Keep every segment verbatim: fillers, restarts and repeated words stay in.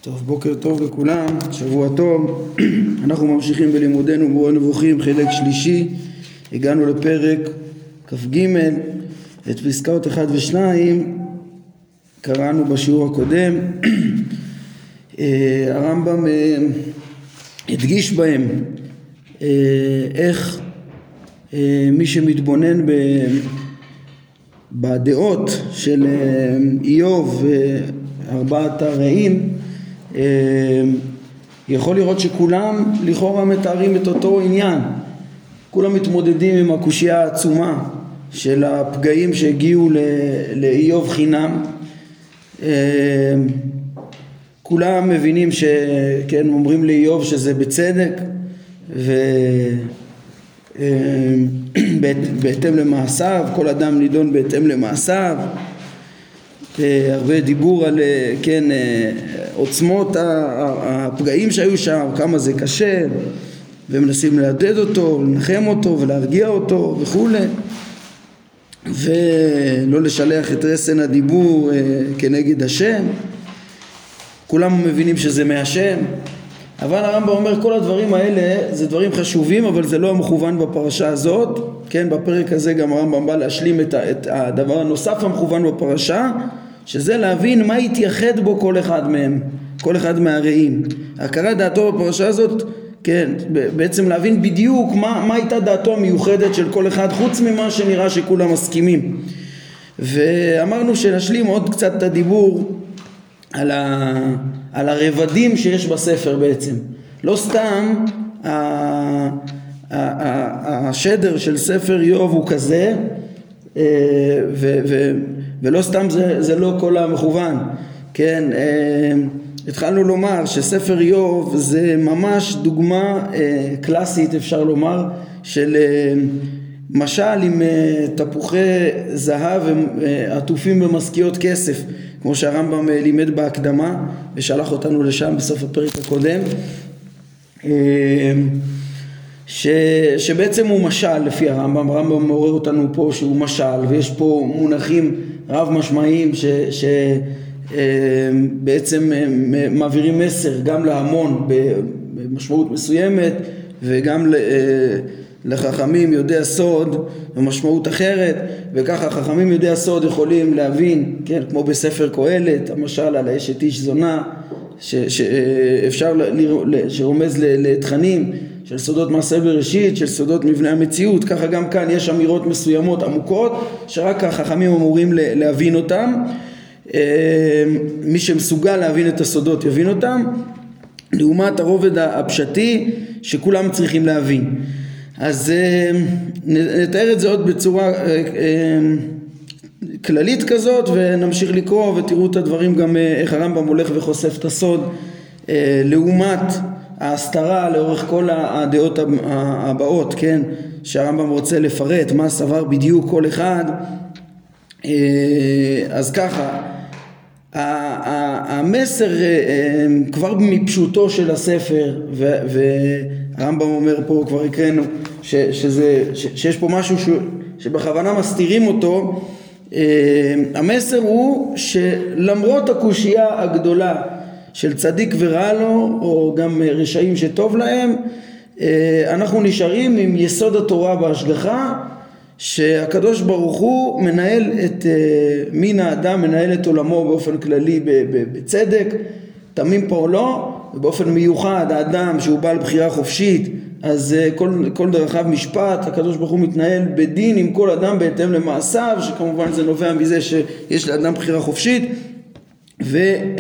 טוב, בוקר טוב לכולם, שבוע טוב. אנחנו ממשיכים בלימודנו מורה נבוכים, חלק שלישי. הגענו לפרק כ"ג, את פסקאות אחת ושתיים קראנו בשיעור הקודם. הרמב"ם הדגיש בהם איך מי שמתבונן בדעות של איוב וארבעת הרעים יכול לראות שכולם לכאורה מתארים את אותו עניין, כולם מתמודדים עם הקושיה העצומה של הפגעים שהגיעו לאיוב חינם. כולם מבינים שכן, אומרים לאיוב שזה בצדק ובהתאם למעשיו, כל אדם נידון בהתאם למעשיו. הרבה דיבור על כן עוצמות הפגעים שהיו שם, כמה זה קשה, ומנסים לעודד אותו, לנחם אותו ולהרגיע אותו וכו', ולא לשלח את רסן הדיבור כנגד השם. כולם מבינים שזה מהשם, אבל הרמב"ם אומר כל הדברים האלה זה דברים חשובים, אבל זה לא המכוון בפרשה הזאת. כן, בפרק הזה גם הרמב"ם בא להשלים את, את הדבר הנוסף המכוון בפרשה, שזה להבין מה התייחד בו כל אחד מהם, כל אחד מהרעים. הכרת דעתו בפרשה הזאת, כן, בעצם להבין בדיוק מה, מה הייתה דעתו המיוחדת של כל אחד, חוץ ממה שנראה שכולם מסכימים. ואמרנו שנשלים עוד קצת את הדיבור על, ה, על הרבדים שיש בספר בעצם. לא סתם ה, ה, ה, השדר של ספר איוב הוא כזה, ו, ו, ולא סתם זה, זה לא כל המכוון. כן, התחלנו לומר שספר איוב זה ממש דוגמה קלאסית, אפשר לומר, של משל עם תפוחי זהב עטופים במשכיות כסף, כמו שהרמב"ם לימד בהקדמה ושלח אותנו לשם בסוף הפרק הקודם, ש, שבעצם הוא משל לפי הרמב"ם. הרמב"ם מעורר אותנו פה שהוא משל, ויש פה מונחים רב משמעיים שבעצם מעבירים מסר גם להמון במשמעות מסוימת, וגם לחכמים יודעי הסוד במשמעות אחרת. וככה חכמים יודעי הסוד יכולים להבין, כן, כמו בספר קהלת, המשל על האשת איש זונה, ש, שאפשר ל, שרומז לתכנים של סודות מעשה בראשית, של סודות מבנה המציאות. ככה גם כאן יש אמירות מסוימות עמוקות שרק החכמים אמורים להבין אותם. מי שמסוגל להבין את הסודות יבין אותם, לעומת הרובד הפשטי שכולם צריכים להבין. אז נתאר את זה עוד בצורה כללית כזאת, ונמשיך לקרוא ותראו את הדברים גם איך הרמב"ם הולך וחושף את הסוד לעומת ההסתרה לאורך כל הדעות הבאות, כן, שהרמב"ם רוצה לפרט מה סבר בדיוק כל אחד. אז ככה, המסר כבר מפשוטו של הספר, והרמב"ם אומר פה, כבר הקראנו, שזה, שיש פה משהו שבכוונה מסתירים אותו. המסר הוא שלמרות הקושיה הגדולה של צדיק ורע לו, או גם רשעים שטוב להם, אנחנו נשארים עם יסוד התורה בהשגחה, שהקדוש ברוך הוא מנהל את מין האדם, מנהל את עולמו באופן כללי בצדק, תמים פעולו, ובאופן מיוחד האדם שהוא בעל בחירה חופשית, אז כל, כל דרכיו משפט, הקדוש ברוך הוא מתנהל בדין עם כל אדם בהתאם למעשיו, שכמובן זה נובע מזה שיש לאדם בחירה חופשית, ו...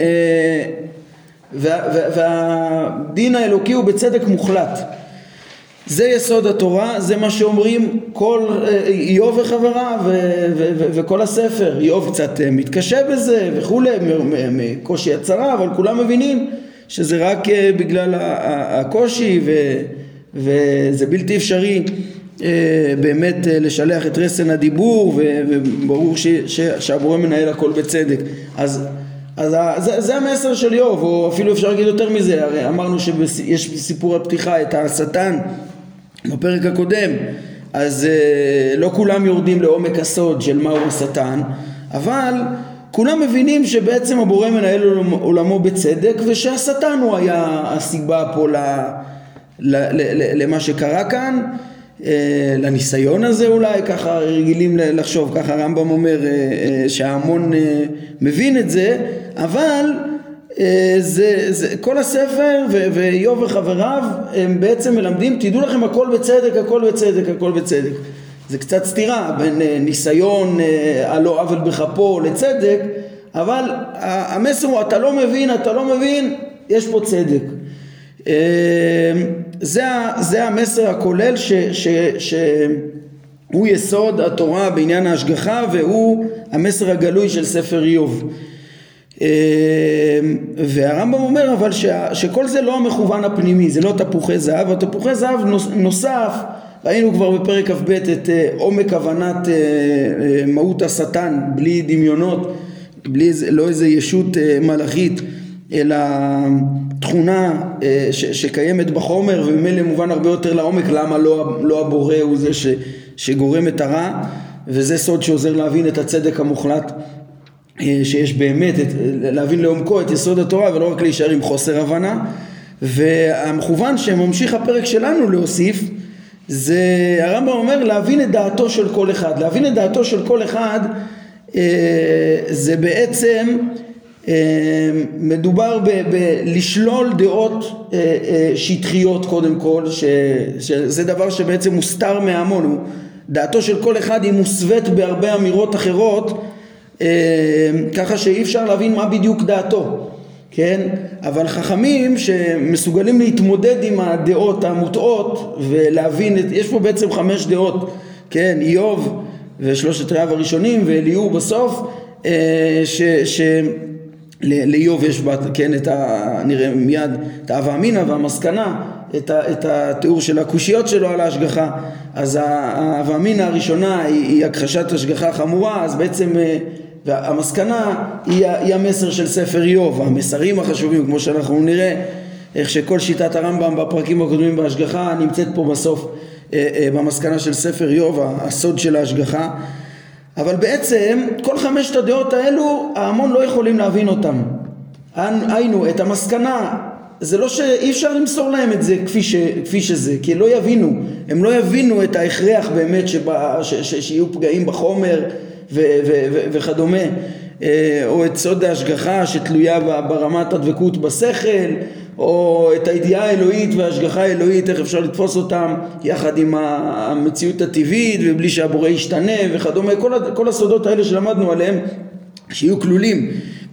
וה, וה, והדין האלוקי הוא בצדק מוחלט. זה יסוד התורה, זה מה שאומרים כל איוב וחבריו ו, ו, ו, וכל הספר. איוב קצת מתקשה בזה וכו', מקושי הצרה, אבל כולם מבינים שזה רק בגלל הקושי, ו, וזה בלתי אפשרי באמת לשלח את רסן הדיבור, וברור ש, ש, שהבורא מנהל הכל בצדק. אז אז זה, זה המסר של איוב, או אפילו אפשר להגיד יותר מזה. הרי אמרנו שיש בסיפור הפתיחה את השטן בפרק הקודם, אז לא כולם יורדים לעומק הסוד של מהו השטן, אבל כולם מבינים שבעצם הבורא מנהל עולמו בצדק, ושהשטן הוא היה הסיבה פה ל, ל, ל, למה שקרה כאן, לניסיון הזה אולי, ככה רגילים לחשוב, ככה הרמב"ם אומר שההמון מבין את זה, אבל זה, זה, כל הספר ו, ואיוב וחבריו הם בעצם מלמדים, תדעו לכם הכל בצדק, הכל בצדק, הכל בצדק. זה קצת סתירה בין ניסיון על לא עוול בכפו לצדק, אבל המסר הוא אתה לא מבין, אתה לא מבין, יש פה צדק. זה, זה המסר הכולל ש, ש, שהוא יסוד התורה בעניין ההשגחה, והוא המסר הגלוי של ספר איוב. והרמב"ם אומר אבל ש, שכל זה לא המכוון הפנימי, זה לא תפוחי זהב, התפוחי זהב נוסף, ראינו כבר בפרק כ"ב את עומק הבנת מהות השטן, בלי דמיונות, בלי לא איזה ישות מלאכית, אלא תכונה ש, שקיימת בחומר, וממילא מובן הרבה יותר לעומק למה לא, לא הבורא הוא זה ש, שגורם את הרע, וזה סוד שעוזר להבין את הצדק המוחלט שיש באמת, את, להבין לעומקו את יסוד התורה ולא רק להישאר עם חוסר הבנה. והמכוון שממשיך הפרק שלנו להוסיף, זה הרמב"ם אומר להבין את דעתו של כל אחד. להבין את דעתו של כל אחד זה בעצם מדובר בלשלול דעות שטחיות קודם כל, שזה דבר שבעצם מוסתר מההמון. דעתו של כל אחד היא מוסווית בהרבה אמירות אחרות, ככה שאי אפשר להבין מה בדיוק דעתו, כן? אבל חכמים שמסוגלים להתמודד עם הדעות המוטעות ולהבין, יש פה בעצם חמש דעות, כן? איוב ושלושת רעיו הראשונים ואליהו בסוף, ש... ש... לאיוב יש בה, כן, את ה... נראה מיד את ההווה אמינא והמסקנה, את, ה... את התיאור של הקושיות שלו על ההשגחה. אז ההווה אמינא הראשונה היא, היא הכחשת השגחה חמורה, אז בעצם והמסקנה היא, היא המסר של ספר איוב, המסרים החשובים, כמו שאנחנו נראה, איך שכל שיטת הרמב"ם בפרקים הקודמים בהשגחה נמצאת פה בסוף במסקנה של ספר איוב, הסוד של ההשגחה. אבל בעצם כל חמשת הדעות האלו ההמון לא יכולים להבין אותם. היינו, את המסקנה, זה לא שאי אפשר למסור להם את זה כפי, ש, כפי שזה, כי לא יבינו, הם לא יבינו את ההכרח באמת שבה, ש, ש, שיהיו פגעים בחומר ו, ו, ו, וכדומה, או את סוד ההשגחה שתלויה ברמת הדבקות בשכל, או את הידיעה האלוהית וההשגחה האלוהית, איך אפשר לתפוס אותם יחד עם המציאות הטבעית ובלי שהבורא ישתנה וכדומה. כל, כל הסודות האלה שלמדנו עליהם שיהיו כלולים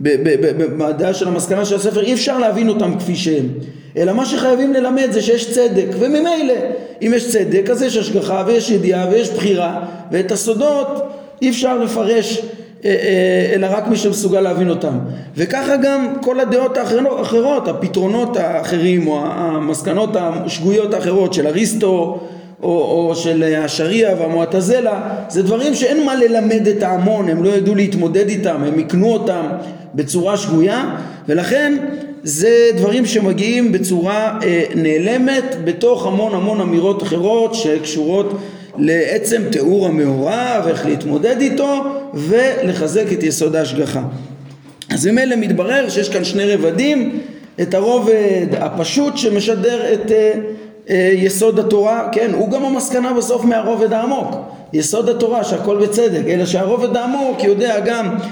בדעה של המסקנה של הספר, אי אפשר להבין אותם כפי שהם, אלא מה שחייבים ללמד זה שיש צדק, וממילא אם יש צדק אז יש השגחה ויש ידיעה ויש בחירה, ואת הסודות אי אפשר לפרש אלא רק מי שמסוגל להבין אותם. וככה גם כל הדעות האחרות, הפתרונות האחרים או המסקנות השגויות האחרות של אריסטו או, או של השריעה והמועתזלה, זה דברים שאין מה ללמד את ההמון, הם לא ידעו להתמודד איתם, הם יקנו אותם בצורה שגויה, ולכן זה דברים שמגיעים בצורה אה, נעלמת בתוך המון המון אמירות אחרות שקשורות לעצם תיאור המאורע ואיך להתמודד איתו ולחזק את יסוד ההשגחה. אז ממילא מתברר שיש כאן שני רבדים, את הרובד הפשוט שמשדר את אה, אה, יסוד התורה, כן, הוא גם המסקנה בסוף מהרובד העמוק, יסוד התורה שהכל בצדק, אלא שהרובד העמוק יודע גם אה,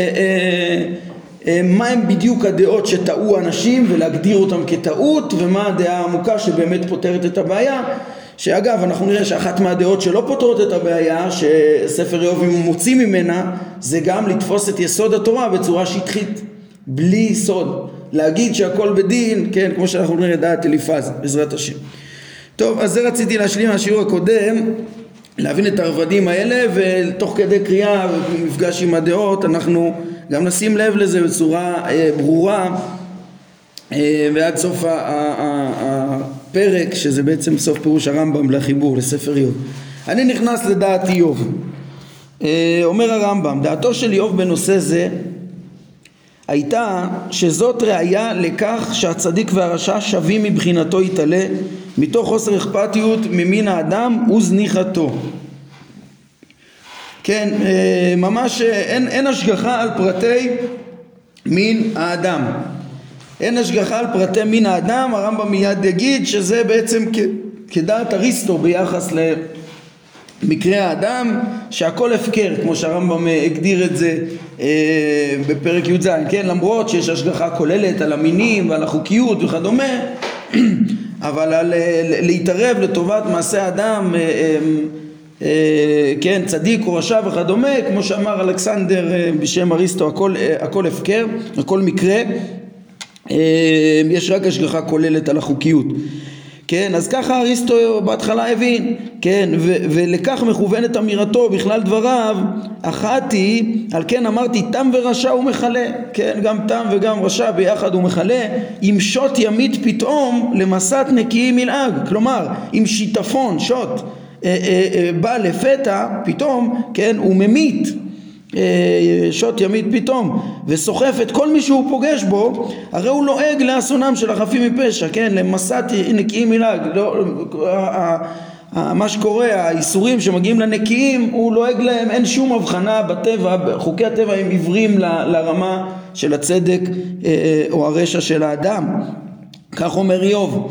אה, אה, מה הם בדיוק הדעות שטעו אנשים ולהגדיר אותם כטעות, ומה הדעה העמוקה שבאמת פותרת את הבעיה. שאגב אנחנו נראה שאחת מהדעות שלא פותרות את הבעיה שספר איוב מוציא ממנה, זה גם לתפוס את יסוד התורה בצורה שטחית בלי יסוד, להגיד שהכל בדין, כן, כמו שאנחנו נראה דעת אליפז בעזרת השם. טוב, אז זה רציתי להשלים מהשיעור הקודם, להבין את הרבדים האלה, ותוך כדי קריאה ומפגש עם הדעות אנחנו גם נשים לב לזה בצורה אה, ברורה אה, ועד סוף הפרק, שזה בעצם סוף פירוש הרמב"ם לחיבור לספר איוב. אני נכנס לדעת איוב. אה, אומר הרמב"ם, דעתו של איוב בנושא זה הייתה שזאת ראיה לכך שהצדיק והרשע שווים מבחינתו יתעלה מתוך חוסר אכפתיות ממין האדם וזניחתו. כן, ממש אין, אין השגחה על פרטי מין האדם. אין השגחה על פרטי מין האדם. הרמב"ם מיד יגיד שזה בעצם כ, כדעת אריסטו ביחס למקרה האדם, שהכל הפקר, כמו שהרמב"ם הגדיר את זה אה, בפרק י"ז, כן? למרות שיש השגחה כוללת על המינים ועל החוקיות וכדומה, אבל על להתערב לטובת מעשה האדם, אה, אה, כן, צדיק או רשע וכדומה, כמו שאמר אלכסנדר אה, בשם אריסטו, הכל, אה, הכל הפקר, הכל מקרה. יש רק השגחה כוללת על החוקיות. כן, אז ככה אריסטו בהתחלה הבין, כן, ו- ולכך מכוונת אמירתו בכלל דבריו. אחת היא, על כן אמרתי, תם ורשע הוא מחלה, כן, גם תם וגם רשע ביחד הוא מחלה. אם שוט ימית פתאום למסת נקיים ילעג, כלומר אם שיטפון, שוט, אה, אה, אה, בא לפתע פתאום, כן, הוא ממית, שוט ימית פתאום וסוחף את כל מי שהוא פוגש בו, הרי הוא לועג לאסונם של החפים מפשע, כן, למסת נקיים מלעג. לא, מה שקורה, האיסורים שמגיעים לנקיים, הוא לועג להם. אין שום הבחנה בטבע, חוקי הטבע הם עיוורים ל, לרמה של הצדק או הרשע של האדם. כך אומר איוב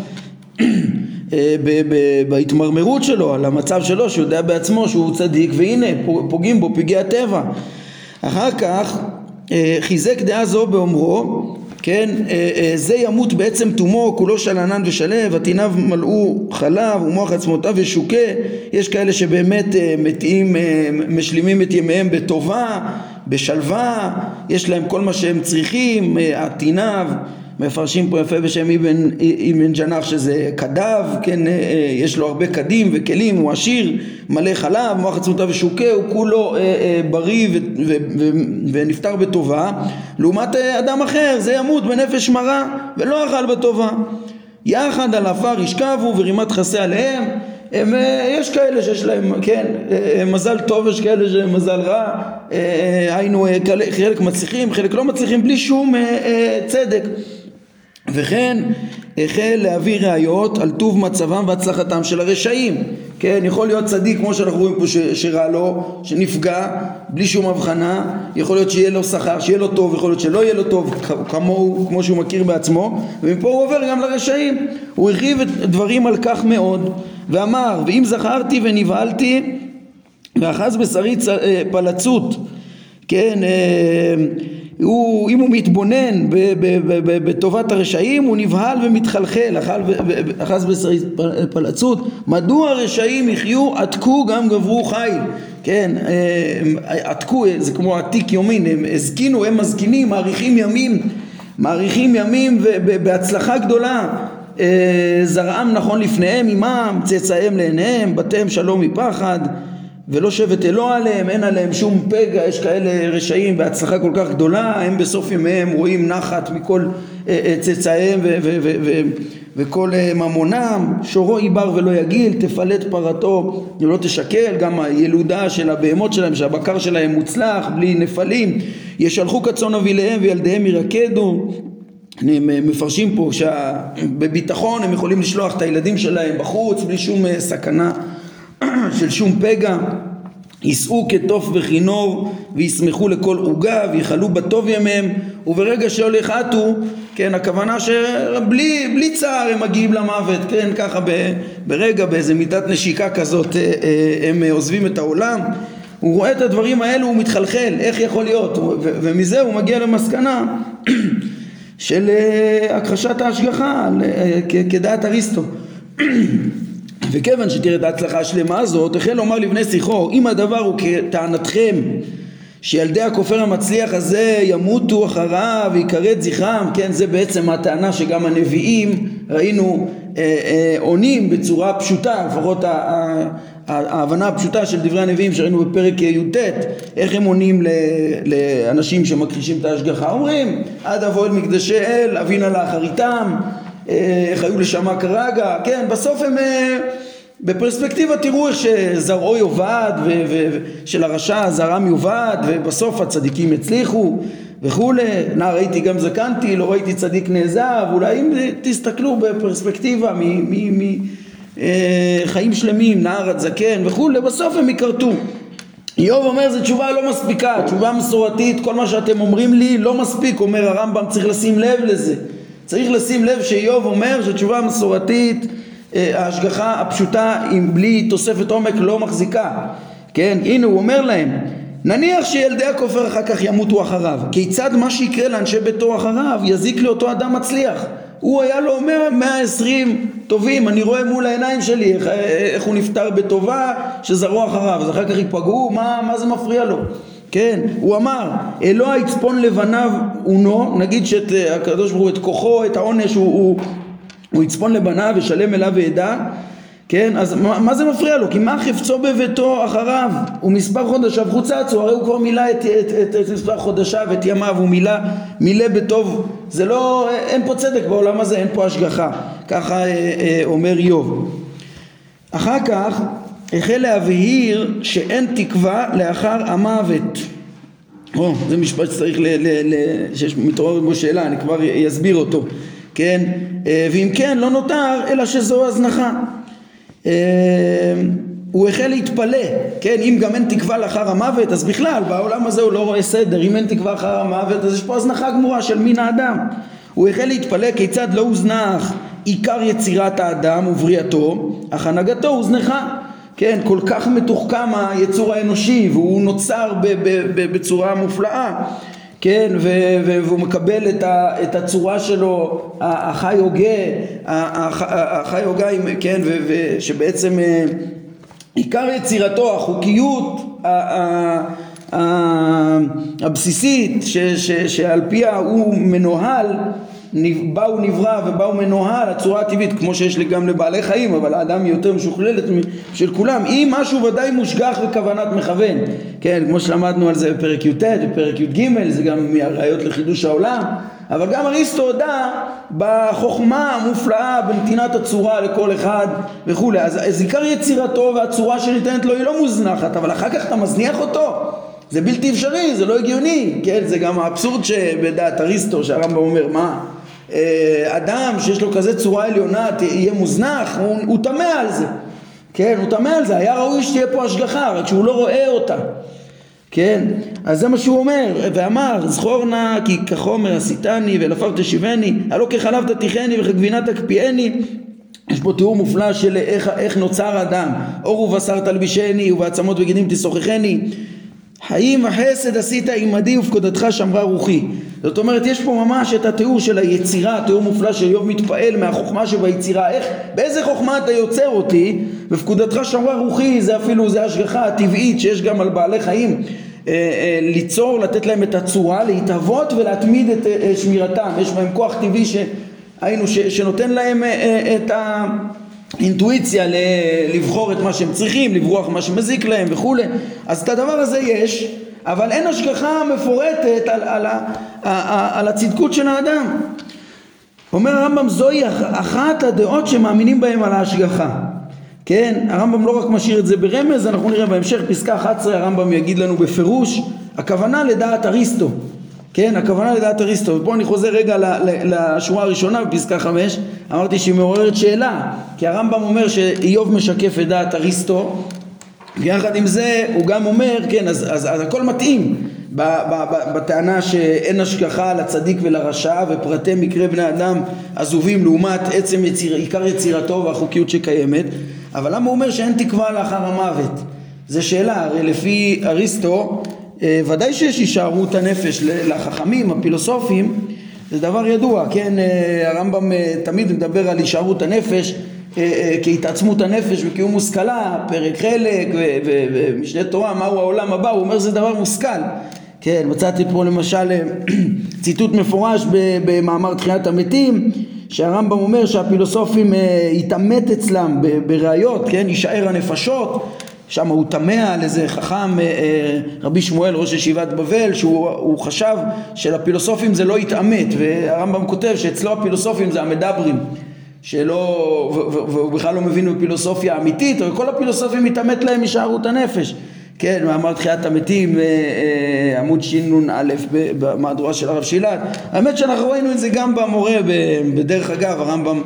בהתמרמרות שלו על המצב שלו, שהוא יודע בעצמו שהוא צדיק, והנה פוגעים בו פגעי הטבע. אחר כך חיזק דעה זו באומרו, כן, זה ימות בעצם תומו, כולו של ענן ושלב, עטיניו מלאו חלב ומוח עצמותיו ישוקה. יש כאלה שבאמת מתים, משלימים את ימיהם בטובה, בשלווה, יש להם כל מה שהם צריכים, עטיניו, מפרשים פה יפה בשם אבן, אבן ג'נח שזה קדב, כן, יש לו הרבה קדים וכלים, הוא עשיר, מלא חלב, מוח עצמותיו ושוקה, הוא כולו בריא ו- ו- ו- ונפטר בטובה. לעומת אדם אחר, זה ימות בנפש מרה ולא אכל בטובה. יחד על עפר ישכבו ורימת חסה עליהם. הם, יש כאלה שיש להם, כן, מזל טוב, יש כאלה שהם מזל רע, היינו חלק מצליחים, חלק לא מצליחים, בלי שום צדק. וכן החל להביא ראיות על טוב מצבם והצלחתם של הרשעים. כן, יכול להיות צדיק כמו שאנחנו רואים פה ש, שרע לו, שנפגע בלי שום הבחנה, יכול להיות שיהיה לו שכר, שיהיה לו טוב, יכול להיות שלא יהיה לו טוב כמוהו, כמו שהוא מכיר בעצמו, ומפה הוא עובר גם לרשעים. הוא הרחיב את דברים על כך מאוד ואמר, ואם זכרתי ונבהלתי ואחז בשרי פלצות, כן, הוא, אם הוא מתבונן בטובת הרשעים, הוא נבהל ומתחלחל, אחז בשרי פלצות. מדוע הרשעים יחיו, עתקו גם גברו חיל. כן, עתקו, זה כמו עתיק יומין, הם הזקינו, הם מזקינים, מאריכים ימים, מאריכים ימים ובהצלחה גדולה. זרעם נכון לפניהם, עמם, צאצאיהם לעיניהם, בתיהם שלום מפחד, ולא שבט אלוה עליהם, אין עליהם שום פגע. יש כאלה רשעים בהצלחה כל כך גדולה, הם בסוף ימיהם רואים נחת מכל צאצאיהם ו- ו- ו- ו- וכל ממונם. שורו עיבר ולא יגיל, תפלט פרתו ולא תשקל. גם הילודה של הבהמות שלהם, שהבקר שלהם מוצלח, בלי נפלים. ישלחו כצאן אביליהם וילדיהם ירקדו. מפרשים פה שבביטחון הם יכולים לשלוח את הילדים שלהם בחוץ בלי שום סכנה של שום פגע. ייסעו כתוף וכינור וישמחו לכל עוגה ויחלו בטוב ימיהם, וברגע שהולך עטו, כן, הכוונה שבלי בלי צער הם מגיעים למוות, כן, ככה ברגע, באיזה מיטת נשיקה כזאת הם עוזבים את העולם. הוא רואה את הדברים האלו, הוא מתחלחל, איך יכול להיות? ומזה הוא מגיע למסקנה של הכחשת ההשגחה כדעת אריסטו. וכיוון שתראה את ההצלחה השלמה הזאת, החל לומר לבני שיחו, אם הדבר הוא כטענתכם שילדי הכופר המצליח הזה ימותו אחריו ויקראת זכרם, כן, זה בעצם הטענה שגם הנביאים ראינו אה, אה, עונים בצורה פשוטה, לפחות ההבנה הפשוטה של דברי הנביאים שראינו בפרק י"ט, איך הם עונים לאנשים שמכחישים את ההשגחה. אומרים, עד אבוא אל מקדשי אל, אבינה לאחריתם, איך היו לשמה כרגע, כן, בסוף הם בפרספקטיבה תראו איך שזרעו יובד ושל הרשע זרעם יובד, ובסוף הצדיקים הצליחו וכו'. נער הייתי גם זקנתי, לא ראיתי צדיק נעזב. אולי אם תסתכלו בפרספקטיבה מחיים שלמים, נער עד זקן וכו', בסוף הם יקרתו. איוב אומר זו תשובה לא מספיקה, תשובה מסורתית, כל מה שאתם אומרים לי לא מספיק, אומר הרמב"ם, צריך לשים לב לזה, צריך לשים לב שאיוב אומר שתשובה מסורתית, ההשגחה הפשוטה עם בלי תוספת עומק לא מחזיקה, כן, הנה הוא אומר להם, נניח שילדי הכופר אחר כך ימותו אחריו, כיצד מה שיקרה לאנשי ביתו אחריו יזיק לאותו אדם מצליח? הוא היה לו מאה ועשרים טובים, אני רואה מול העיניים שלי איך, איך הוא נפטר בטובה שזרוע אחריו, אז אחר כך ייפגעו, מה, מה זה מפריע לו? כן, הוא אמר, אלוה יצפון לבניו אונו, נגיד שאת הקדוש ברוך הוא את כוחו, את העונש הוא, הוא, הוא יצפון לבניו ושלם אליו ועדה, כן, אז מה, מה זה מפריע לו? כי מה חפצו בביתו אחריו? הוא מספר חודשיו חוצץ, הרי הוא כבר מילא את, את, את, את מספר חודשיו ואת ימיו, הוא מילא, מילא בטוב, זה לא, אין פה צדק בעולם הזה, אין פה השגחה, ככה אה, אה, אומר איוב. אחר כך החל להבהיר שאין תקווה לאחר המוות. או, זה משפט שצריך ל... ל, ל שיש מתעורר בו שאלה, אני כבר אסביר אותו, כן, אה, ואם כן לא נותר אלא שזו הזנחה. הוא החל להתפלא, כן, אם גם אין תקווה לאחר המוות, אז בכלל בעולם הזה הוא לא רואה סדר, אם אין תקווה אחר המוות אז יש פה הזנחה גמורה של מין האדם. הוא החל להתפלא כיצד לא הוזנח עיקר יצירת האדם ובריאתו, אך הנהגתו הוזנחה, כן, כל כך מתוחכם היצור האנושי והוא נוצר ב- ב- ב- בצורה מופלאה, כן, והוא מקבל את, ה, את הצורה שלו, החי הוגה, החי הוגה, כן, ושבעצם עיקר יצירתו, החוקיות הבסיסית ש, ש, שעל פיה הוא מנוהל, בה הוא נברא ובה הוא מנוהל, הצורה הטבעית, כמו שיש לי גם לבעלי חיים, אבל האדם יותר משוכללת של כולם, אם משהו ודאי מושגח וכוונת מכוון, כן, כמו שלמדנו על זה בפרק י"ט, בפרק י"ג, זה גם מהראיות לחידוש העולם, אבל גם אריסטו הודה בחוכמה המופלאה בנתינת הצורה לכל אחד וכו'. אז, אז עיקר יצירתו והצורה שניתנת לו היא לא מוזנחת, אבל אחר כך אתה מזניח אותו, זה בלתי אפשרי, זה לא הגיוני, כן, זה גם האבסורד שבדעת אריסטו שהרמב"ם אומר, מה, אדם שיש לו כזה צורה עליונה יהיה מוזנח, הוא, הוא תמה על זה, כן, הוא תמה על זה, היה ראוי שתהיה פה השגחה, רק שהוא לא רואה אותה, כן, אז זה מה שהוא אומר, ואמר, זכור נא כי כחומר עשיתני ולפר תשיבני, הלא כחלב תתיכני וכגבינה תקפיאני. יש פה תיאור מופלא של איך, איך נוצר אדם, אור ובשר תלבישני ובעצמות וגידים תשוחחני, האם החסד עשית עמדי ופקודתך שמרה רוחי. זאת אומרת, יש פה ממש את התיאור של היצירה, התיאור מופלא של איוב מתפעל מהחוכמה שביצירה, איך, באיזה חוכמה אתה יוצר אותי, ופקודתך שמרה רוחי, זה אפילו, זה השגחה הטבעית שיש גם על בעלי חיים, אה, אה, ליצור, לתת להם את הצורה, להתהוות ולהתמיד את אה, שמירתם, יש בהם כוח טבעי שהיינו, ש, שנותן להם אה, אה, את ה... אינטואיציה לבחור את מה שהם צריכים, לברוח מה שמזיק להם וכו'. אז את הדבר הזה יש, אבל אין השגחה מפורטת על, על, על, על הצדקות של האדם. אומר הרמב"ם, זוהי אחת הדעות שמאמינים בהם על ההשגחה. כן, הרמב"ם לא רק משאיר את זה ברמז, אנחנו נראה בהמשך פסקה אחת עשרה, הרמב"ם יגיד לנו בפירוש, הכוונה לדעת אריסטו. כן, הכוונה לדעת אריסטו. ופה אני חוזר רגע לשורה הראשונה בפסקה חמש, אמרתי שהיא מעוררת שאלה, כי הרמב"ם אומר שאיוב משקף את דעת אריסטו, ויחד עם זה הוא גם אומר, כן, אז, אז, אז הכל מתאים ב, ב, ב, בטענה שאין השגחה לצדיק ולרשע, ופרטי מקרה בני אדם עזובים לעומת עצם יציר, עיקר יצירתו והחוקיות שקיימת, אבל למה הוא אומר שאין תקווה לאחר המוות? זה שאלה, הרי לפי אריסטו, ודאי שיש הישארות הנפש לחכמים, הפילוסופים, זה דבר ידוע, כן, הרמב"ם תמיד מדבר על הישארות הנפש כהתעצמות הנפש וקיום מושכלה, פרק חלק ומשנה תורה, מהו העולם הבא, הוא אומר זה דבר מושכל, כן, מצאתי פה למשל ציטוט מפורש במאמר תחיית המתים, שהרמב"ם אומר שהפילוסופים יתאמת אצלם בראיות, כן, יישאר הנפשות, שם הוא תמה על איזה חכם, רבי שמואל ראש ישיבת בבל, שהוא חשב שלפילוסופים זה לא יתאמת, והרמב"ם כותב שאצלו הפילוסופים זה המדברים, שלא, והוא בכלל לא מבין בפילוסופיה אמיתית, אבל כל הפילוסופים יתאמת להם הישארות הנפש. כן, מאמר תחיית המתים, עמוד שינון א' במהדורה של הרב שילת. האמת שאנחנו ראינו את זה גם במורה, בדרך אגב, הרמב"ם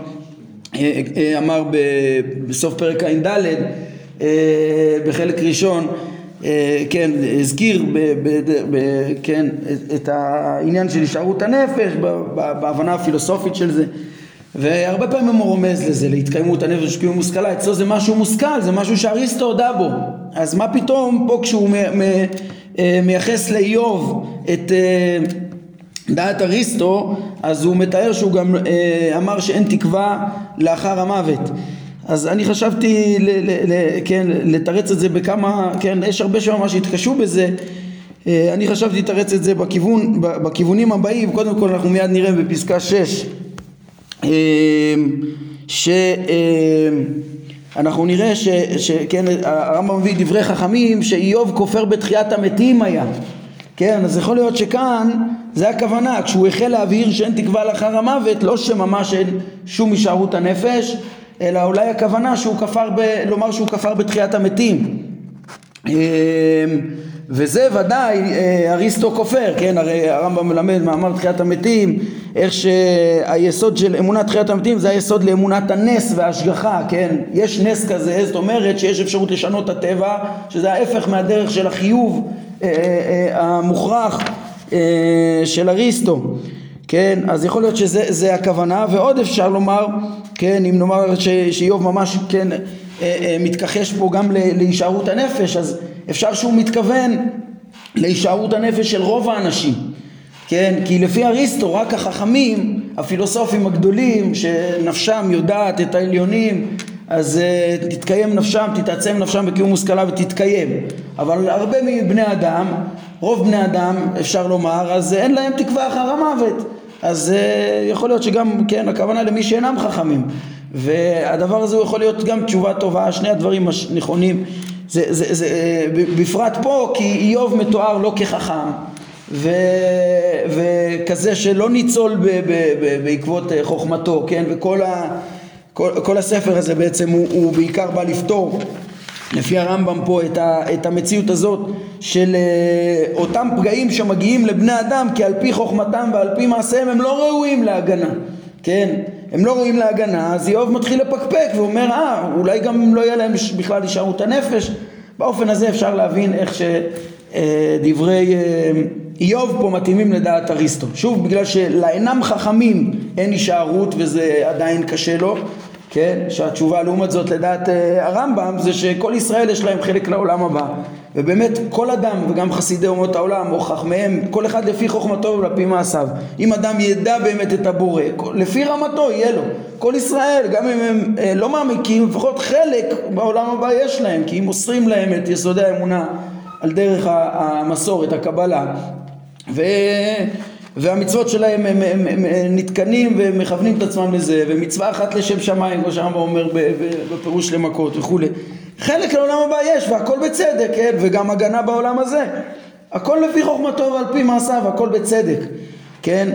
אמר בסוף פרק ע"ד, בחלק ראשון, כן, הזכיר ב, ב, ב, כן, את העניין של הישארות הנפש בהבנה הפילוסופית של זה, והרבה פעמים הוא רומז לזה, להתקיימות הנפש קיום מושכלה. אצלו זה משהו מושכל, זה משהו שאריסטו הודה בו. אז מה פתאום פה כשהוא מ, מ, מייחס לאיוב את דעת אריסטו, אז הוא מתאר שהוא גם אמר שאין תקווה לאחר המוות. אז אני חשבתי ל, ל, ל, כן, לתרץ את זה בכמה, כן, יש הרבה שממש התקשו בזה. אני חשבתי לתרץ את זה בכיוון, בכיוונים הבאים. קודם כל אנחנו מיד נראה בפסקה שש שאנחנו נראה ש, שכן, הרמב"ם מביא דברי חכמים שאיוב כופר בתחיית המתים היה. כן, אז יכול להיות שכאן זה הכוונה, כשהוא החל להבהיר שאין תקווה לאחר המוות, לא שממש אין שום הישארות הנפש, אלא אולי הכוונה שהוא כפר ב, לומר שהוא כפר בתחיית המתים. וזה ודאי אריסטו כופר, כן, הרי הרמב"ם מלמד מאמר תחיית המתים, איך שהיסוד של אמונת תחיית המתים זה היסוד לאמונת הנס וההשגחה, כן, יש נס כזה, זאת אומרת שיש אפשרות לשנות את הטבע, שזה ההפך מהדרך של החיוב המוכרח של אריסטו, כן, אז יכול להיות שזה זה הכוונה. ועוד אפשר לומר, כן, אם נאמר שאיוב ממש, כן, מתכחש פה גם להישארות הנפש, אז אפשר שהוא מתכוון להישארות הנפש של רוב האנשים, כן, כי לפי אריסטו רק החכמים, הפילוסופים הגדולים שנפשם יודעת את העליונים, אז uh, תתקיים נפשם, תתעצם נפשם בקיום מושכלה ותתקיים. אבל הרבה מבני אדם, רוב בני אדם אפשר לומר, אז אין להם תקווה אחר המוות. אז uh, יכול להיות שגם, כן, הכוונה למי שאינם חכמים. והדבר הזה יכול להיות גם תשובה טובה, שני הדברים נכונים. זה, זה, זה, בפרט פה, כי איוב מתואר לא כחכם, ו, וכזה שלא ניצול ב, ב, ב, בעקבות חוכמתו, כן, וכל ה... כל, כל הספר הזה בעצם הוא, הוא בעיקר בא לפתור לפי הרמב"ם פה את, ה, את המציאות הזאת של uh, אותם פגעים שמגיעים לבני אדם, כי על פי חוכמתם ועל פי מעשיהם הם לא ראויים להגנה, כן, הם לא ראויים להגנה. אז איוב מתחיל לפקפק ואומר אה אולי גם לא יהיה להם בכלל הישארות הנפש. באופן הזה אפשר להבין איך שדברי איוב פה מתאימים לדעת אריסטו, שוב בגלל שלאינם חכמים אין הישארות וזה עדיין קשה לו, כן, שהתשובה לעומת זאת לדעת הרמב"ם זה שכל ישראל יש להם חלק לעולם הבא, ובאמת כל אדם וגם חסידי אומות העולם או חכמיהם, כל אחד לפי חוכמתו ולפי מעשיו. אם אדם ידע באמת את הבורא לפי רמתו יהיה לו, כל ישראל גם אם הם לא מעמיקים לפחות חלק בעולם הבא יש להם, כי אם מוסרים להם את יסודי האמונה על דרך המסורת, הקבלה, ו... והמצוות שלהם הם, הם, הם, הם נתקנים ומכוונים את עצמם לזה, ומצווה אחת לשם שמיים, כמו שהרמב"ם אומר בפירוש למכות וכו'. חלק לעולם הבא יש, והכל בצדק, כן? וגם הגנה בעולם הזה. הכל לפי חוכמתו ועל פי מעשיו, הכל בצדק, כן?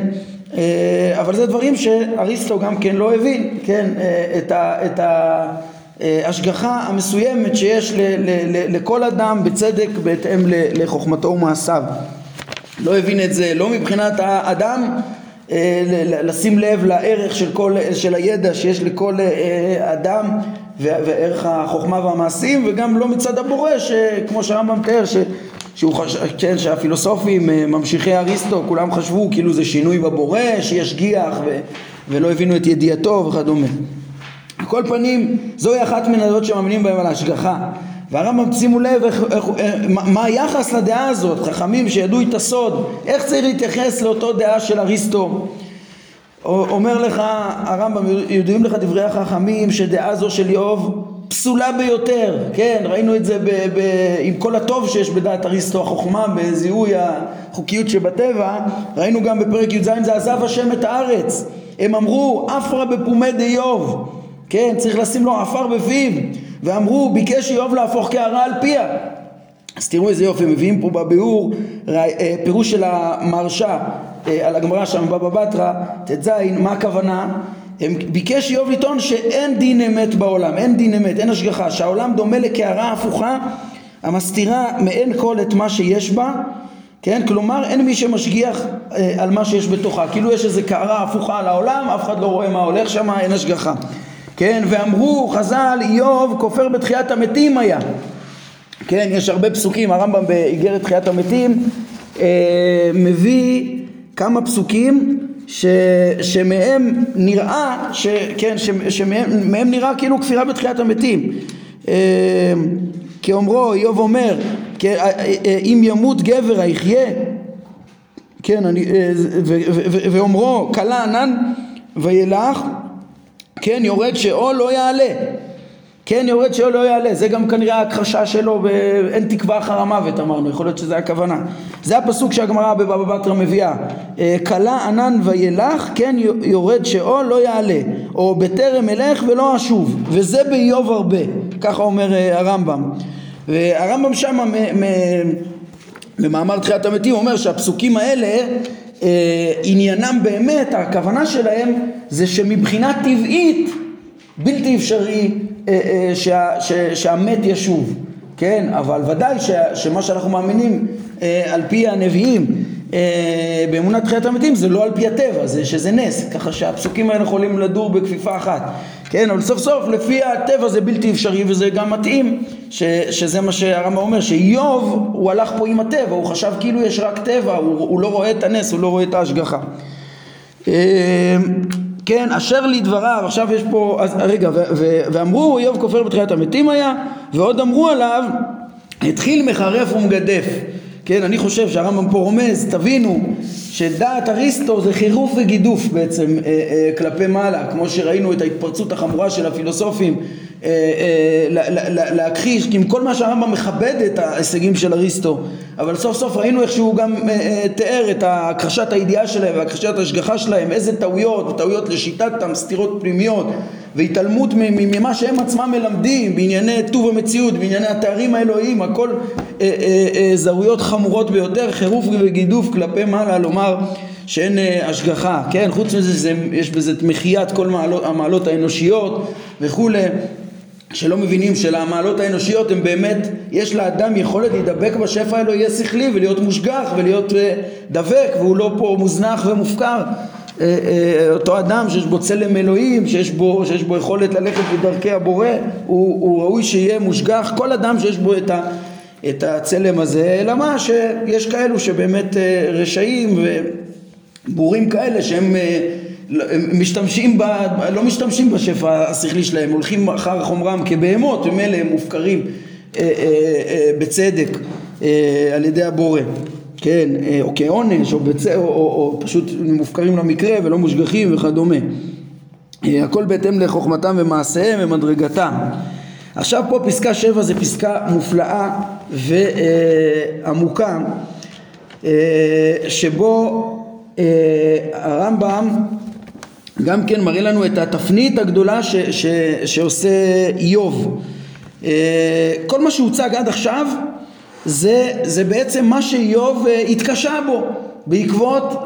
אבל זה דברים שאריסטו גם כן לא הבין, כן? את ה... את ה השגחה המסוימת שיש ל, ל, ל, לכל אדם בצדק בהתאם לחוכמתו ומעשיו. לא הבין את זה, לא מבחינת האדם לשים לב לערך של כל, של הידע שיש לכל אדם וערך החוכמה והמעשים, וגם לא מצד הבורא, שכמו שהרמב"ם תיאר, שהוא חש... כן, שהפילוסופים ממשיכי אריסטו כולם חשבו כאילו זה שינוי בבורא שישגיח ו... ולא הבינו את ידיעתו וכדומה. כל פנים, זוהי אחת מן הדעות שמאמינים בהם על ההשגחה. והרמב"ם שימו לב איך, איך, מה היחס לדעה הזאת, חכמים שידעו את הסוד, איך צריך להתייחס לאותו דעה של אריסטו. אומר לך הרמב"ם, יודעים לך דברי החכמים שדעה זו של איוב פסולה ביותר, כן, ראינו את זה ב, ב, עם כל הטוב שיש בדעת אריסטו, החוכמה בזיהוי החוקיות שבטבע, ראינו גם בפרק י"ז, זה עזב השם את הארץ, הם אמרו אפרה בפומי איוב, כן, צריך לשים לו עפר בפיו, ואמרו ביקש איוב להפוך קערה על פיה. אז תראו איזה יופי, מביאים פה בביאור פירוש של המרשה על הגמרא שם בבא בתרא תז, מה הכוונה? הם ביקש איוב לטעון שאין דין אמת בעולם, אין דין אמת, אין השגחה, שהעולם דומה לקערה הפוכה המסתירה מעין כל את מה שיש בה, כן? כלומר אין מי שמשגיח אה, על מה שיש בתוכה, כאילו יש איזה קערה הפוכה על העולם, אף אחד לא רואה מה הולך שם, אין השגחה, כן? ואמרו חז"ל איוב כופר בתחיית המתים היה, כן, יש הרבה פסוקים, הרמב"ם באיגרת תחיית המתים אה, מביא כמה פסוקים ש, שמהם נראה, ש, כן, ש, שמהם מהם נראה כאילו כפירה בתחיית המתים. אה, כאומרו, איוב אומר, אם ימות גבר היחיה, כן, אני, ואומרו, קלה ענן וילך, כן, יורד שאול לא יעלה, כן, יורד שאול לא יעלה, זה גם כנראה ההכחשה שלו, אין תקווה אחר המוות, אמרנו, יכול להיות שזה הכוונה. זה הפסוק שהגמרא בבבא בתרא מביאה, קלה ענן וילך, כן, יורד שאול לא יעלה, או בטרם אלך ולא אשוב, וזה באיוב הרבה, ככה אומר הרמב"ם. והרמב"ם שם במאמר תחיית המתים אומר שהפסוקים האלה אה, עניינם באמת, הכוונה שלהם זה שמבחינה טבעית בלתי אפשרי אה, אה, שה, ש, שהמת ישוב, כן? אבל ודאי ש, שמה שאנחנו מאמינים אה, על פי הנביאים אה, באמונת תחיית המתים זה לא על פי הטבע, זה שזה נס, ככה שהפסוקים האלה יכולים לדור בכפיפה אחת, כן? אבל סוף סוף לפי הטבע זה בלתי אפשרי, וזה גם מתאים ש, שזה מה שהרמב"ם אומר, שאיוב הוא הלך פה עם הטבע, הוא חשב כאילו יש רק טבע, הוא, הוא לא רואה את הנס, הוא לא רואה את ההשגחה. כן, אשר לדבריו, עכשיו יש פה, אז רגע, ו, ו, ואמרו איוב כופר בתחיית המתים היה, ועוד אמרו עליו, התחיל מחרף ומגדף. כן, אני חושב שהרמב"ם פה רומז, תבינו שדעת אריסטו זה חירוף וגידוף בעצם אה, אה, כלפי מעלה, כמו שראינו את ההתפרצות החמורה של הפילוסופים אה, אה, לה, לה, להכחיש, כי עם כל מה שהרמב"ם מכבד את ההישגים של אריסטו, אבל סוף סוף ראינו איך שהוא גם אה, אה, תיאר את הכחשת הידיעה שלהם והכחשת ההשגחה שלהם, איזה טעויות, טעויות לשיטתם, סתירות פנימיות והתעלמות ממה שהם עצמם מלמדים בענייני טוב המציאות, בענייני התארים האלוהיים, הכל אה, אה, אה, זרויות חמורות ביותר, חירוף וגידוף כלפי מעלה, לומר שאין אה, השגחה, כן? חוץ מזה זה, יש בזה מחיית כל מעלות, המעלות האנושיות וכולי, שלא מבינים שלמעלות האנושיות הם באמת, יש לאדם יכולת להידבק בשפע האלוהי, יהיה שכלי ולהיות מושגח ולהיות אה, דבק, והוא לא פה מוזנח ומופקר. אותו אדם שיש בו צלם אלוהים, שיש בו, שיש בו יכולת ללכת בדרכי הבורא, הוא, הוא ראוי שיהיה מושגח, כל אדם שיש בו את, ה, את הצלם הזה, אלא מה שיש כאלו שבאמת רשעים ובורים כאלה שהם משתמשים ב, לא משתמשים בשפע השכלי שלהם, הולכים אחר חומרם כבהמות, ומאלה הם מופקרים בצדק על ידי הבורא, כן, או כעונש, או, בצ... או, או, או פשוט מופקרים למקרה ולא מושגחים וכדומה. הכל בהתאם לחוכמתם ומעשיהם ומדרגתם. עכשיו פה פסקה שבע זה פסקה מופלאה ועמוקה, שבו הרמב"ם גם כן מראה לנו את התפנית הגדולה ש... ש... שעושה איוב. כל מה שהוצג עד עכשיו זה, זה בעצם מה שאיוב התקשה בו בעקבות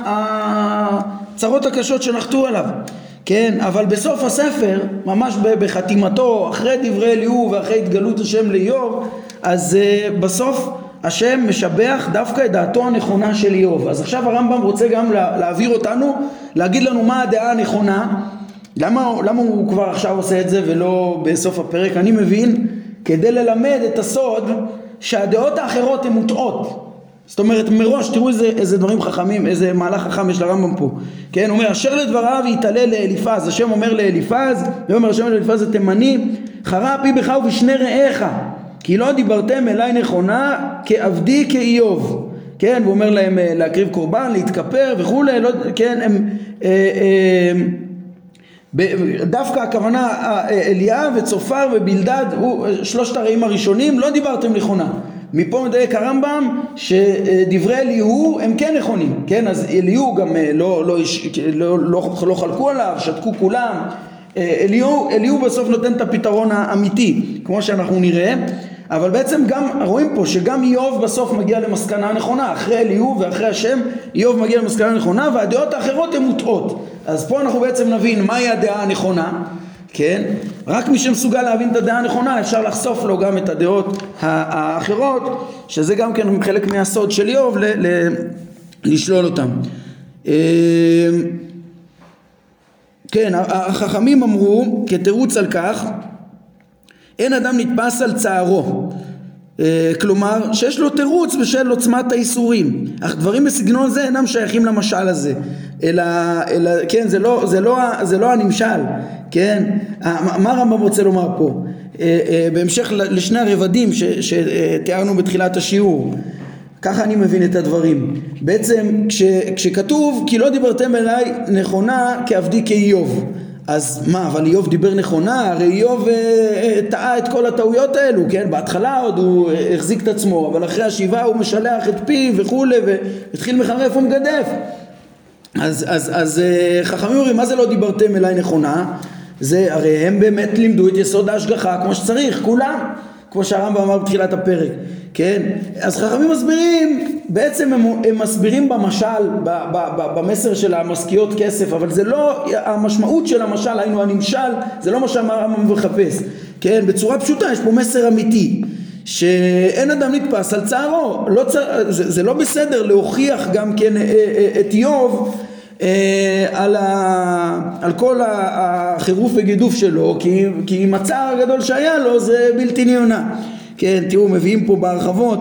הצרות הקשות שנחתו עליו, כן? אבל בסוף הספר, ממש בחתימתו, אחרי דברי אליהו ואחרי התגלות השם לאיוב, אז בסוף השם משבח דווקא את דעתו הנכונה של איוב. אז עכשיו הרמב"ם רוצה גם להעביר אותנו, להגיד לנו מה הדעה הנכונה. למה, למה הוא כבר עכשיו עושה את זה ולא בסוף הפרק? אני מבין, כדי ללמד את הסוד שהדעות האחרות הן מוטעות. זאת אומרת, מראש תראו איזה, איזה דברים חכמים, איזה מהלך חכם יש לרמב"ם פה. כן, הוא אומר, אשר לדבריו יתעלה לאליפז, השם אומר לאליפז, ואומר השם לאליפז התימני, חרה פי בך ובשני רעיך, כי לא דיברתם אליי נכונה כעבדי כאיוב. כן, הוא אומר להם להקריב קורבן, להתכפר וכולי, לא, כן, הם... אה, אה, דווקא הכוונה אליה וצופר ובלדד, שלושת הרעים הראשונים, לא דיברתם נכונה. מפה מדייק הרמב"ם שדברי אליהו הם כן נכונים, כן? אז אליהו גם לא, לא, לא, לא, לא חלקו עליו, שתקו כולם. אליהו, אליהו בסוף נותן את הפתרון האמיתי, כמו שאנחנו נראה. אבל בעצם גם רואים פה שגם איוב בסוף מגיע למסקנה הנכונה, אחרי אליהו ואחרי השם איוב מגיע למסקנה הנכונה, והדעות האחרות הן מוטעות. אז פה אנחנו בעצם נבין מהי הדעה הנכונה, כן? רק מי שמסוגל להבין את הדעה הנכונה אפשר לחשוף לו גם את הדעות האחרות, שזה גם כן חלק מהסוד של איוב ל- ל- לשלול אותם. כן, החכמים אמרו כתירוץ על כך, אין אדם נתפס על צערו, כלומר שיש לו תירוץ בשל עוצמת האיסורים, אך דברים בסגנון זה אינם שייכים למשל הזה, אלא, אלא כן, זה לא, זה לא, זה לא הנמשל, כן? מה הרמב"ם רוצה לומר פה? בהמשך לשני הרבדים שתיארנו בתחילת השיעור, ככה אני מבין את הדברים. בעצם כש, כשכתוב כי לא דיברתם אליי נכונה כעבדי כאיוב, אז מה, אבל איוב דיבר נכונה? הרי איוב אה, טעה את כל הטעויות האלו, כן? בהתחלה עוד הוא החזיק את עצמו, אבל אחרי השבעה הוא משלח את פיו וכולי, והתחיל מחרף ומגדף. אז, אז, אז אה, חכמים אומרים, מה זה לא דיברתם אליי נכונה? זה, הרי הם באמת לימדו את יסוד ההשגחה כמו שצריך, כולם, כמו שהרמב"ם אמר בתחילת הפרק, כן? אז חכמים מסבירים, בעצם הם, הם מסבירים במשל, ב, ב, ב, במסר של המשכיות כסף, אבל זה לא, המשמעות של המשל, היינו הנמשל, זה לא מה שהרמב"ם מחפש, כן? בצורה פשוטה, יש פה מסר אמיתי, שאין אדם נתפס על צערו, לא צע, זה, זה לא בסדר להוכיח גם כן את איוב, על, ה, על כל החירוף וגידוף שלו, כי, כי עם הצער הגדול שהיה לו זה בלתי נמנע. כן, תראו, מביאים פה בהרחבות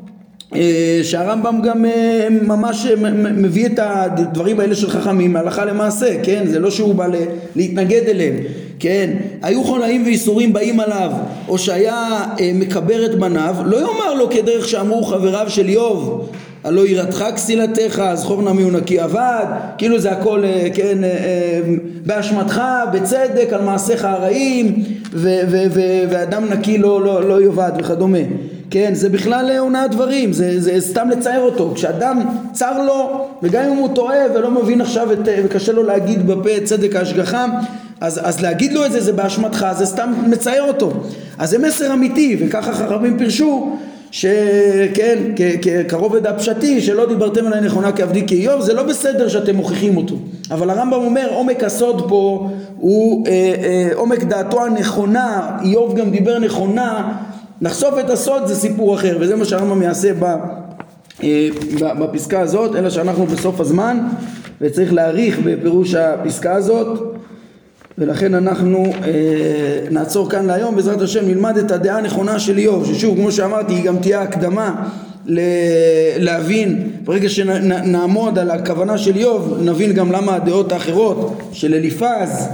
שהרמב"ם גם ממש מביא את הדברים האלה של חכמים הלכה למעשה, כן? זה לא שהוא בא להתנגד אליהם, כן? היו חולאים ואיסורים באים עליו, או שהיה מקבר את בניו, לא יאמר לו כדרך שאמרו חבריו של איוב, הלא יראתך כסילתך, זכור נא מי הוא נקי אבד, כאילו זה הכל, כן, באשמתך, בצדק, על מעשיך הרעים, ואדם נקי לא, לא, לא יאבד וכדומה. כן, זה בכלל עונה הדברים, זה, זה סתם לצייר אותו. כשאדם צר לו, וגם אם הוא טועה ולא מבין עכשיו את, וקשה לו להגיד בפה צדק ההשגחה, אז, אז להגיד לו את זה, זה באשמתך, זה סתם מצייר אותו. אז זה מסר אמיתי, וככה חכמים פירשו, שכן, כרובד הפשטי, שלא דיברתם עליי נכונה כעבדי כאיוב, זה לא בסדר שאתם מוכיחים אותו. אבל הרמב"ם אומר, עומק הסוד פה הוא אה, אה, עומק דעתו הנכונה, איוב גם דיבר נכונה, נחשוף את הסוד זה סיפור אחר, וזה מה שהרמב"ם יעשה ב, אה, בפסקה הזאת, אלא שאנחנו בסוף הזמן, וצריך להאריך בפירוש הפסקה הזאת, ולכן אנחנו אה, נעצור כאן להיום, בעזרת השם נלמד את הדעה הנכונה של איוב, ששוב כמו שאמרתי היא גם תהיה הקדמה ל- להבין, ברגע שנעמוד על הכוונה של איוב נבין גם למה הדעות האחרות של אליפז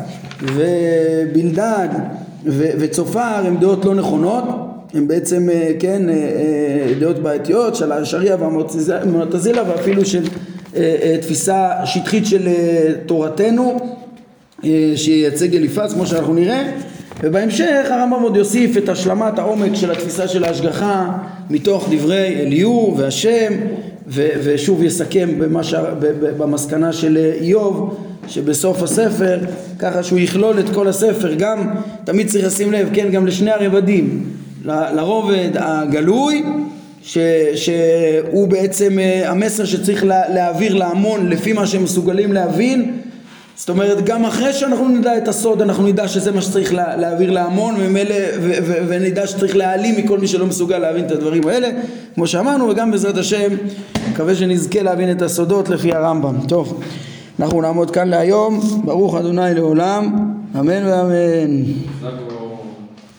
ובלדד ו- וצופר הן דעות לא נכונות, הן בעצם אה, כן, אה, דעות בעייתיות של השריעה והמועתזילה ואפילו של אה, אה, תפיסה שטחית של אה, תורתנו שייצג אליפז כמו שאנחנו נראה, ובהמשך הרמב"ם עוד יוסיף את השלמת העומק של התפיסה של ההשגחה מתוך דברי אליהו והשם, ו- ושוב יסכם במה ש- במסקנה של איוב שבסוף הספר, ככה שהוא יכלול את כל הספר. גם תמיד צריך לשים לב, כן, גם לשני הרבדים, ל- לרובד הגלוי ש- שהוא בעצם המסר שצריך לה- להעביר להמון לפי מה שהם מסוגלים להבין, זאת אומרת גם אחרי שאנחנו נדע את הסוד אנחנו נדע שזה מה שצריך לה, להעביר להמון וממילא, ו, ו, ונדע שצריך להעלים מכל מי שלא מסוגל להבין את הדברים האלה כמו שאמרנו, וגם בעזרת השם מקווה שנזכה להבין את הסודות לפי הרמב"ם. טוב, אנחנו נעמוד כאן להיום, ברוך ה' לעולם, אמן ואמן.